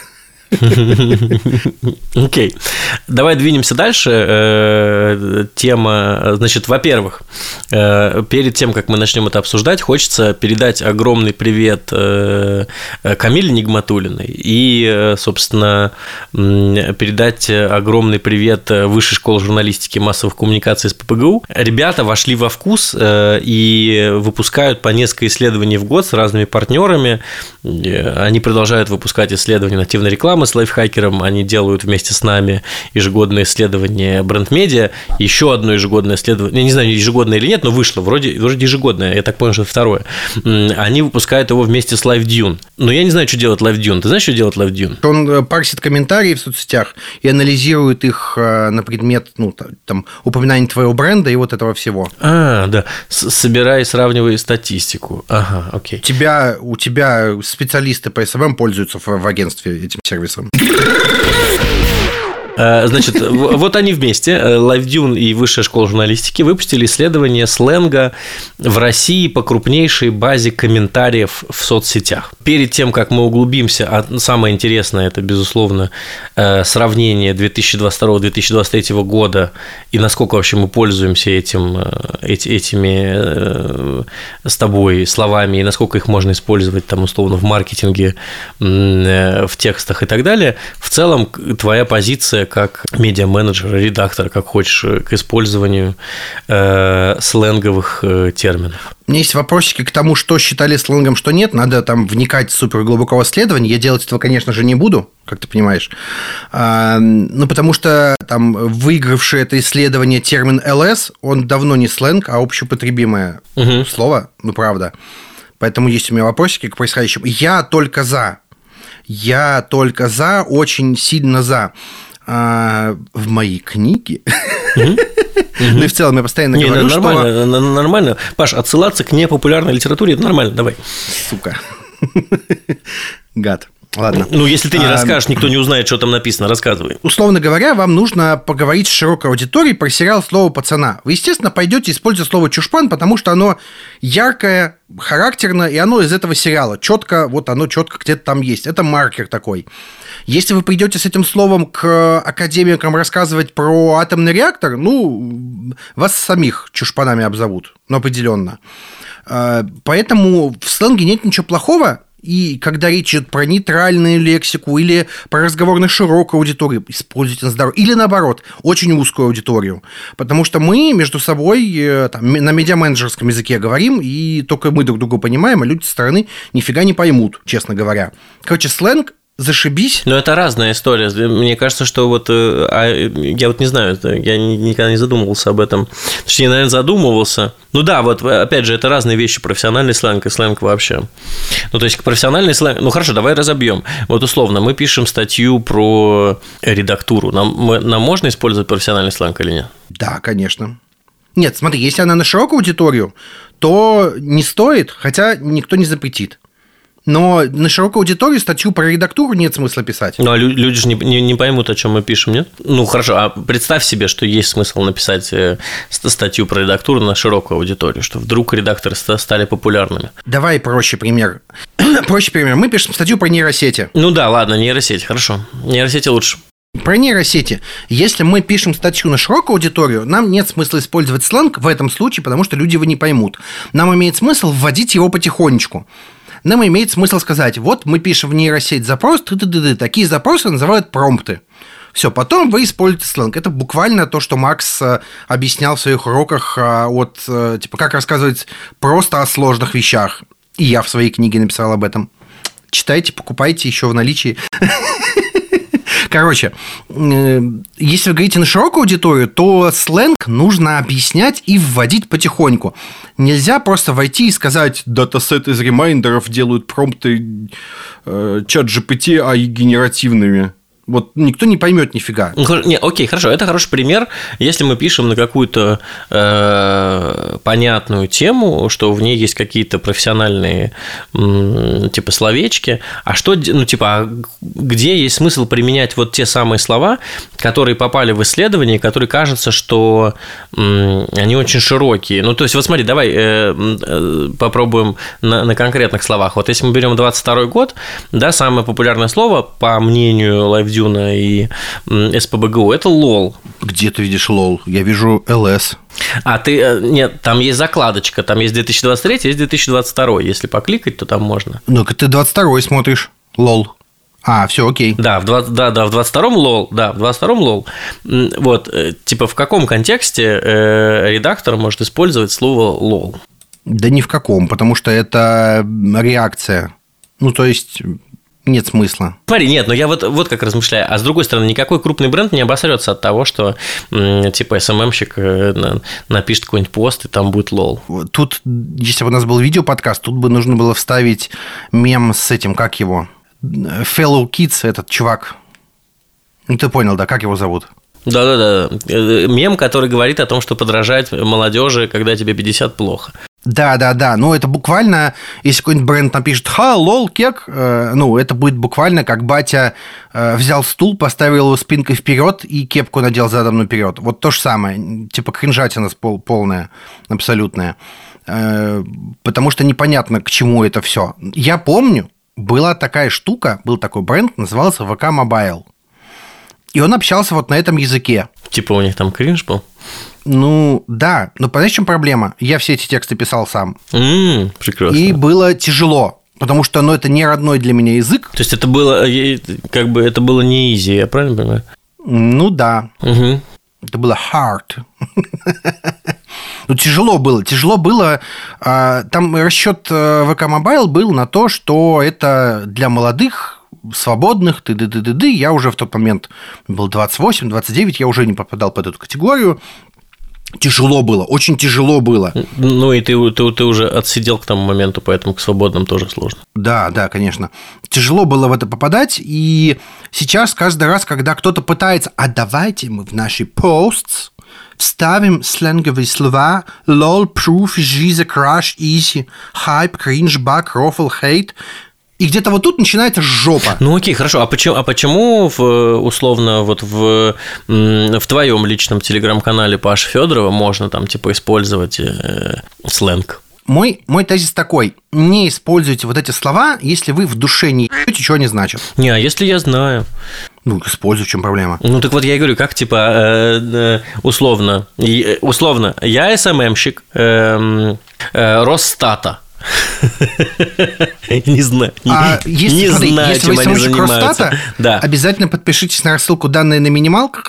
Окей. Давай двинемся дальше. Тема, значит, во-первых, перед тем, как мы начнем это обсуждать, хочется передать огромный привет Камиле Нигматуллиной и, собственно, передать огромный привет Высшей школе журналистики и массовых коммуникаций с ППГУ. Ребята вошли во вкус и выпускают по несколько исследований в год с разными партнерами. Они продолжают выпускать исследования нативной рекламы с лайфхакером, они делают вместе с нами ежегодное исследование бренд-медиа, еще одно ежегодное исследование, я не знаю, ежегодное или нет, но вышло, вроде ежегодное, я так понял, что это второе. Они выпускают его вместе с LiveDune. Но я не знаю, что делает LiveDune. Ты знаешь, что делает LiveDune? Он парсит комментарии в соцсетях и анализирует их на предмет упоминания твоего бренда и вот этого всего. Да. Собирай и сравнивай статистику. Ага, окей. У тебя специалисты по СММ пользуются в агентстве этим сервисом. Значит, вот они вместе, LiveDune и Высшая школа журналистики, выпустили исследование сленга в России по крупнейшей базе комментариев в соцсетях. Перед тем, как мы углубимся, самое интересное – это, безусловно, сравнение 2022-2023 года и насколько вообще мы пользуемся этими с тобой словами, и насколько их можно использовать, условно, в маркетинге, в текстах и так далее. В целом, твоя позиция отношение как медиа-менеджера, редактора, как хочешь, к использованию сленговых терминов? У меня есть вопросики к тому, что считали сленгом, что нет. Надо там вникать супер глубоко в исследование. Я делать этого, конечно же, не буду, как ты понимаешь. Ну, потому что там выигравший это исследование термин «ЛС», он давно не сленг, а общеупотребимое слово, ну, правда. Поэтому есть у меня вопросики к происходящему. Я только за, очень сильно за. В моей книге... Ну и в целом я постоянно говорю, что... Нормально. Паш, отсылаться к непопулярной литературе – это нормально, давай. Сука. Гад. Ладно. Ну, если ты не расскажешь, никто не узнает, что там написано. Рассказывай. Условно говоря, вам нужно поговорить с широкой аудиторией про сериал «Слово пацана». Вы, естественно, пойдете использовать слово «чушпан», потому что оно яркое, характерно, и оно из этого сериала. Четко, вот оно четко где-то там есть. Это маркер такой. Если вы придете с этим словом к академикам рассказывать про атомный реактор, ну, вас самих чушпанами обзовут, ну, определенно. Поэтому в сленге нет ничего плохого. И когда речь идет про нейтральную лексику или про разговор на широкую аудиторию, используйте на здоровье. Или наоборот, очень узкую аудиторию. Потому что мы между собой там, на медиаменеджерском языке говорим, и только мы друг друга понимаем, а люди со стороны нифига не поймут, честно говоря. Короче, сленг зашибись. Но это разная история. Мне кажется, что вот я вот не знаю, я никогда не задумывался об этом. Точнее, наверное, задумывался. Ну да, вот опять же, это разные вещи, профессиональный сленг и сленг вообще. Ну, то есть, профессиональный сленг... Ну, хорошо, давай разобьем. Вот условно, мы пишем статью про редактуру. Нам можно использовать профессиональный сленг или нет? Да, конечно. Нет, смотри, если она на широкую аудиторию, то не стоит, хотя никто не запретит. Но на широкую аудиторию статью про редактуру нет смысла писать. Ну, а люди же не поймут, о чем мы пишем, нет? Ну, хорошо, а представь себе, что есть смысл написать статью про редактуру на широкую аудиторию, что вдруг редакторы стали популярными. Давай проще пример. Проще пример. Мы пишем статью про нейросети. Ну да, ладно, нейросети, хорошо. Нейросети лучше. Про нейросети. Если мы пишем статью на широкую аудиторию, нам нет смысла использовать сленг в этом случае, потому что люди его не поймут. Нам имеет смысл вводить его потихонечку. Нам имеет смысл сказать, вот мы пишем в нейросеть запрос, такие запросы называют промпты. Все, потом вы используете сленг. Это буквально то, что Макс объяснял в своих уроках, типа, как рассказывать просто о сложных вещах. И я в своей книге написал об этом. Читайте, покупайте, еще в наличии. Короче, если вы говорите на широкую аудиторию, то сленг нужно объяснять и вводить потихоньку. Нельзя просто войти и сказать, датасет из ремайндеров делают промпты чат GPT AI генеративными. Вот никто не поймет нифига. Не, окей, хорошо, это хороший пример, если мы пишем на какую-то понятную тему, что в ней есть какие-то профессиональные типа словечки, а что, ну типа, где есть смысл применять вот те самые слова, которые попали в исследование, которые кажется, что они очень широкие. Ну то есть вот смотри, давай попробуем на конкретных словах. Вот если мы берем 22 год, да, самое популярное слово по мнению LiveDuna и СПБГУ – это лол. Где ты видишь лол? Я вижу ЛС. А ты... Нет, там есть закладочка, там есть 2023, есть 2022. Если покликать, то там можно. Ну-ка ты 22-й смотришь. Лол. А, все, окей. Да, в 22-м лол. Да, в 22-м лол. Вот, типа, в каком контексте редактор может использовать слово лол? Да ни в каком, потому что это реакция. Ну, то есть... Нет смысла. Смотри, нет, но я вот как размышляю. А с другой стороны, никакой крупный бренд не обосрется от того, что типа СММщик напишет какой-нибудь пост, и там будет лол. Тут, если бы у нас был видеоподкаст, тут бы нужно было вставить мем с этим, как его? Fellow Kids, этот чувак. Ну, ты понял, да, как его зовут? Да. Мем, который говорит о том, что подражать молодежи, когда тебе 50, плохо. Да. Ну, это буквально, если какой-нибудь бренд напишет «Ха, лол, кек», ну, это будет буквально как батя взял стул, поставил его спинкой вперед и кепку надел задом наперед. Вот то же самое. Типа кринжатина полная, абсолютная. Потому что непонятно, к чему это все. Я помню, была такая штука, был такой бренд, назывался ВК Mobile. И он общался вот на этом языке. Типа у них там кринж был? Ну, да. Но понимаешь, в чем проблема? Я все эти тексты писал сам. Прекрасно. И было тяжело, потому что, ну, это не родной для меня язык. То есть, это было как бы это было не изи, я правильно понимаю? Ну да. Угу. Это было hard. Ну, тяжело было. Там расчет ВК Mobile был на то, что это для молодых, свободных, я уже в тот момент был 28, 29, я уже не попадал под эту категорию. Тяжело было, очень тяжело было. Ну, и ты уже отсидел к тому моменту, поэтому к свободным тоже сложно. Да, конечно. Тяжело было в это попадать, и сейчас каждый раз, когда кто-то пытается, давайте мы в наши posts вставим сленговые слова lol, proof, жиза, crush, easy, hype, cringe, bug, roffle, hate, и где-то вот тут начинается жопа. Ну окей, хорошо. А почему условно вот в твоем личном телеграм-канале Паши Федорова можно там типа использовать сленг? Мой тезис такой: не используйте вот эти слова, если вы в душе не ебете, что они значат. Не, а если я знаю? Ну, используй, в чем проблема? Ну, так вот я и говорю, как типа условно, я СММщик Росстата. Не знаю. Если вы СММщик Росстата, обязательно подпишитесь на рассылку «Данные на минималках».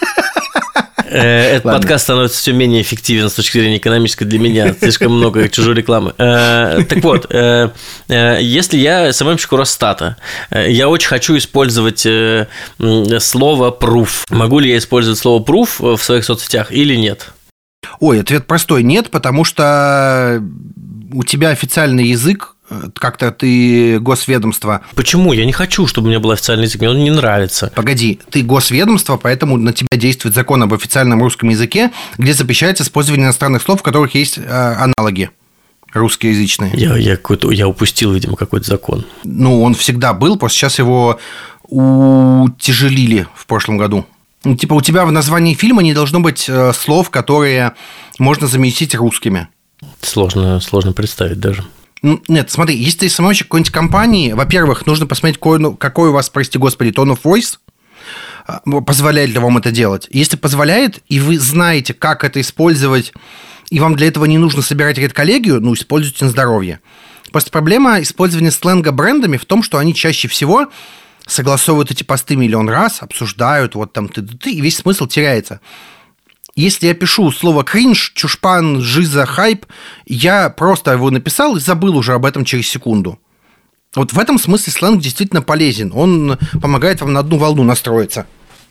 Этот подкаст становится все менее эффективен с точки зрения экономической для меня. Слишком много чужой рекламы. Так вот, если я СММщик Росстата, я очень хочу использовать слово proof. Могу ли я использовать слово proof в своих соцсетях или нет? Ой, ответ простой: нет, потому что у тебя официальный язык, как-то ты госведомство. Почему? Я не хочу, чтобы у меня был официальный язык, мне он не нравится. Погоди, ты госведомство, поэтому на тебя действует закон об официальном русском языке, где запрещается использование иностранных слов, у которых есть аналоги русскоязычные. Я упустил, видимо, какой-то закон. Ну, он всегда был, просто сейчас его утяжелили в прошлом году. Ну, типа у тебя в названии фильма не должно быть слов, которые можно заместить русскими. Сложно представить даже. Нет, смотри, если ты СММщик какой-нибудь компании, во-первых, нужно посмотреть, какой у вас, прости господи, tone of voice позволяет ли вам это делать. Если позволяет, и вы знаете, как это использовать, и вам для этого не нужно собирать редколлегию, используйте на здоровье. Просто проблема использования сленга брендами в том, что они чаще всего согласовывают эти посты миллион раз, обсуждают, вот там и весь смысл теряется. Если я пишу слово кринж, чушпан, жиза, хайп, я просто его написал и забыл уже об этом через секунду. Вот в этом смысле сленг действительно полезен. Он помогает вам на одну волну настроиться.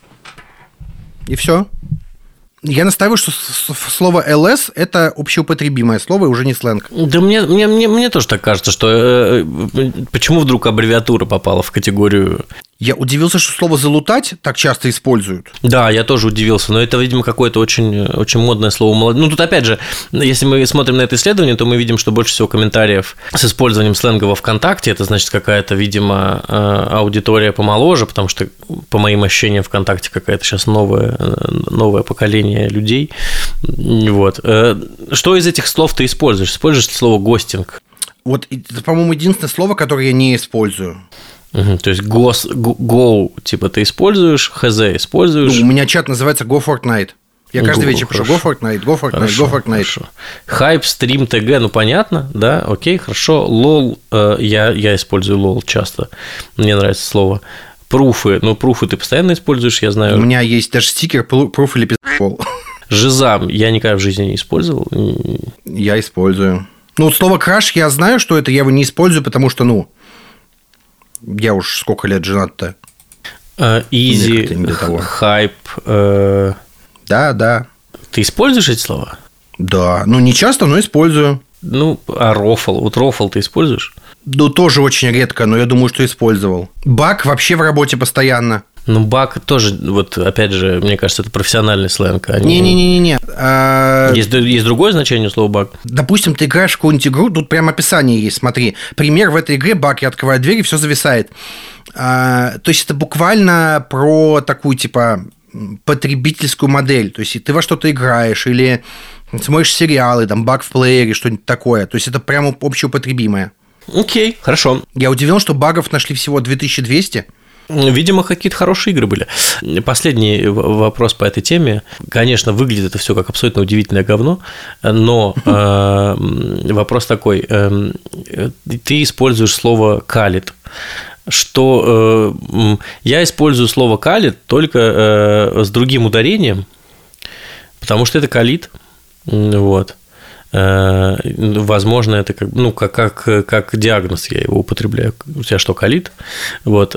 И все. Я настаиваю, что слово «ls» – это общеупотребимое слово, и уже не сленг. Да мне тоже так кажется, что почему вдруг аббревиатура попала в категорию... Я удивился, что слово «залутать» так часто используют. Да, я тоже удивился, но это, видимо, какое-то очень, очень модное слово. Ну, тут, опять же, если мы смотрим на это исследование, то мы видим, что больше всего комментариев с использованием сленга во ВКонтакте. Это значит, какая-то, видимо, аудитория помоложе, потому что, по моим ощущениям, ВКонтакте какая-то сейчас новое поколение людей. Вот. Что из этих слов ты используешь? Используешь слово «гостинг»? Вот, это, по-моему, единственное слово, которое я не использую. То есть go, типа, ты используешь, hz используешь. У меня чат называется Go Fortnite. Я каждый вечер пишу Go Fortnite, Go Fortnite, Go Fortnite. Хорошо. Хайп, стрим, ТГ, понятно, да, окей, хорошо. Лол, я использую лол часто, мне нравится слово. Пруфы, пруфы ты постоянно используешь, я знаю. У меня есть даже стикер пруф или пиздол. Жиза я никогда в жизни не использовал. Я использую. Слово краш я знаю, что это, я его не использую, потому что, я уж сколько лет женат-то. Изи, хайп. Да. Ты используешь эти слова? Да, не часто, но использую. А рофл? Вот рофл ты используешь? Тоже очень редко, но я думаю, что использовал. Баг вообще в работе постоянно. Баг тоже, вот опять же, мне кажется, это профессиональный сленг. Не-не-не. Есть другое значение слова баг? Допустим, ты играешь в какую-нибудь игру, тут прям описание есть, смотри. Пример: в этой игре баг, я открываю дверь, и все зависает. То есть это буквально про такую, типа, потребительскую модель. То есть ты во что-то играешь или смотришь сериалы, там, баг в плеере, что-нибудь такое. То есть это прямо общеупотребимое. Окей, хорошо. Я удивлен, что багов нашли всего 2200. Видимо, какие-то хорошие игры были. Последний вопрос по этой теме. Конечно, выглядит это все как абсолютно удивительное говно, но вопрос такой. Ты используешь слово «калит». что я использую слово «калит» только с другим ударением, потому что это калит. Вот. Возможно, это как диагноз я его употребляю. У тебя что, калит? Вот.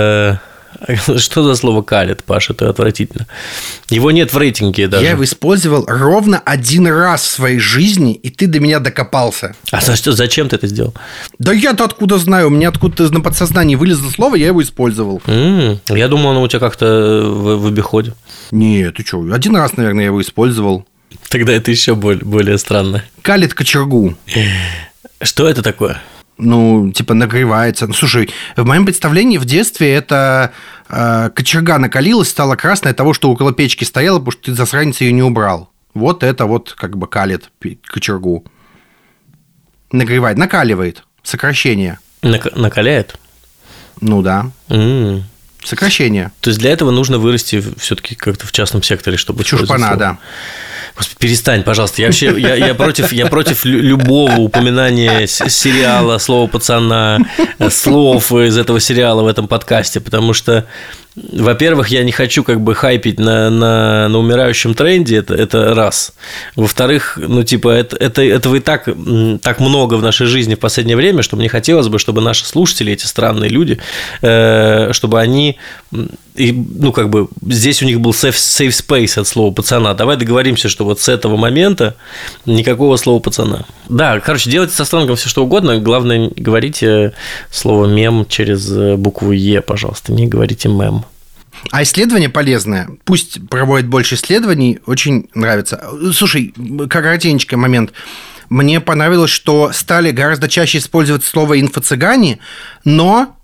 Что за слово «калит», Паша? Это отвратительно. Его нет в рейтинге даже. Я его использовал ровно один раз в своей жизни, и ты до меня докопался. А зачем ты это сделал? Да я-то откуда знаю? У меня откуда-то на подсознании вылезло слово, я его использовал. Я думал, оно у тебя как-то в обиходе. Нет, ты что? Один раз, наверное, я его использовал. Тогда это еще более странно. Калит кочергу. Что это такое? Ну, типа нагревается. Ну, слушай, в моем представлении в детстве это кочерга накалилась, стала красной от того, что около печки стояла, потому что ты, засранец, ее не убрал. Вот это вот как бы калит кочергу. Нагревает, накаливает. Сокращение. Накаляет? Ну да. Сокращение. То есть для этого нужно вырасти все-таки как-то в частном секторе, чтобы... Чушпана, да. Господи, перестань, пожалуйста. Я против любого упоминания сериала, слова пацана, слов из этого сериала в этом подкасте, потому что, во-первых, я не хочу как бы хайпить на умирающем тренде, это раз. Во-вторых, ну, типа, этого и так много в нашей жизни в последнее время, что мне хотелось бы, чтобы наши слушатели, эти странные люди, чтобы они, ну, как бы, здесь у них был safe space от слова пацана. Давай договоримся, что вот с этого момента никакого слова пацана. Да, короче, делайте со сленгом все что угодно, главное, говорите слово мем через букву Е, пожалуйста, не говорите мем. А исследование полезное. Пусть проводят больше исследований, очень нравится. Слушай, коротенький момент. Мне понравилось, что стали гораздо чаще использовать слово «инфо-цыгане», но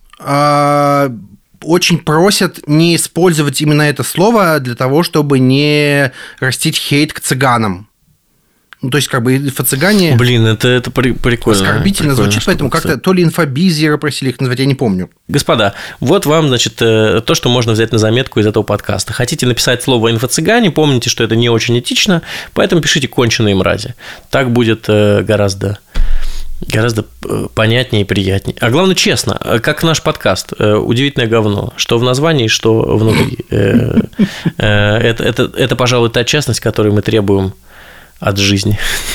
очень просят не использовать именно это слово для того, чтобы не растить хейт к цыганам. Ну, то есть, как бы, инфо-цыгане... Блин, это прикольно. Оскорбительно звучит, поэтому как-то то ли инфобизеры просили их назвать, я не помню. Господа, вот вам, значит, то, что можно взять на заметку из этого подкаста. Хотите написать слово «инфо-цыгане», помните, что это не очень этично, поэтому пишите «конченые мрази». Так будет гораздо понятнее и приятнее. А главное, честно, как наш подкаст «Удивительное говно», что в названии, что внутри. Это, пожалуй, та честность, которую мы требуем от жизни.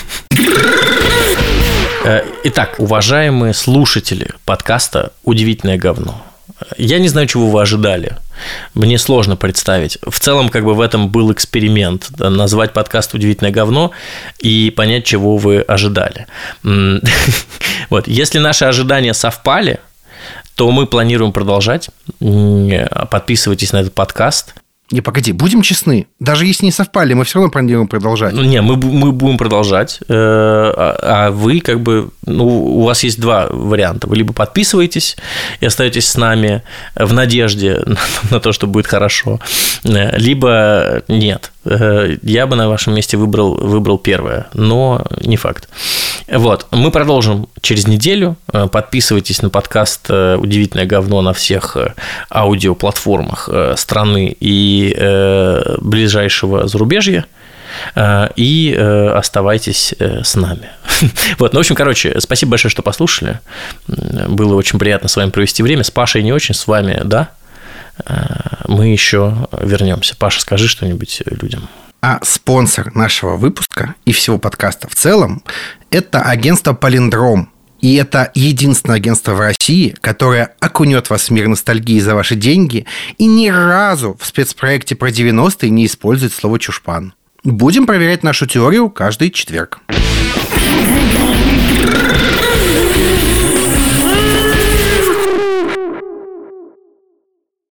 Итак, уважаемые слушатели подкаста «Удивительное говно», я не знаю, чего вы ожидали. Мне сложно представить. В целом, как бы в этом был эксперимент. Да, назвать подкаст «Удивительное говно» и понять, чего вы ожидали. Вот. Если наши ожидания совпали, то мы планируем продолжать. Подписывайтесь на этот подкаст. Не, погоди, будем честны. Даже если не совпали, мы все равно планируем продолжать. Не, мы будем продолжать. А вы как бы... Ну, у вас есть два варианта. Вы либо подписываетесь и остаетесь с нами в надежде на то, что будет хорошо, либо нет. Я бы на вашем месте выбрал первое, но не факт. Вот, мы продолжим через неделю. Подписывайтесь на подкаст «Удивительное говно» на всех аудиоплатформах страны и ближайшего зарубежья. И оставайтесь с нами. Вот, ну, в общем, короче, спасибо большое, что послушали. Было очень приятно с вами провести время. С Пашей не очень, с вами, да. Мы еще вернемся. Паша, скажи что-нибудь людям. А спонсор нашего выпуска и всего подкаста в целом – это агентство «Полиндром». И это единственное агентство в России, которое окунет вас в мир ностальгии за ваши деньги и ни разу в спецпроекте про 90-е не использует слово «чушпан». Будем проверять нашу теорию каждый четверг.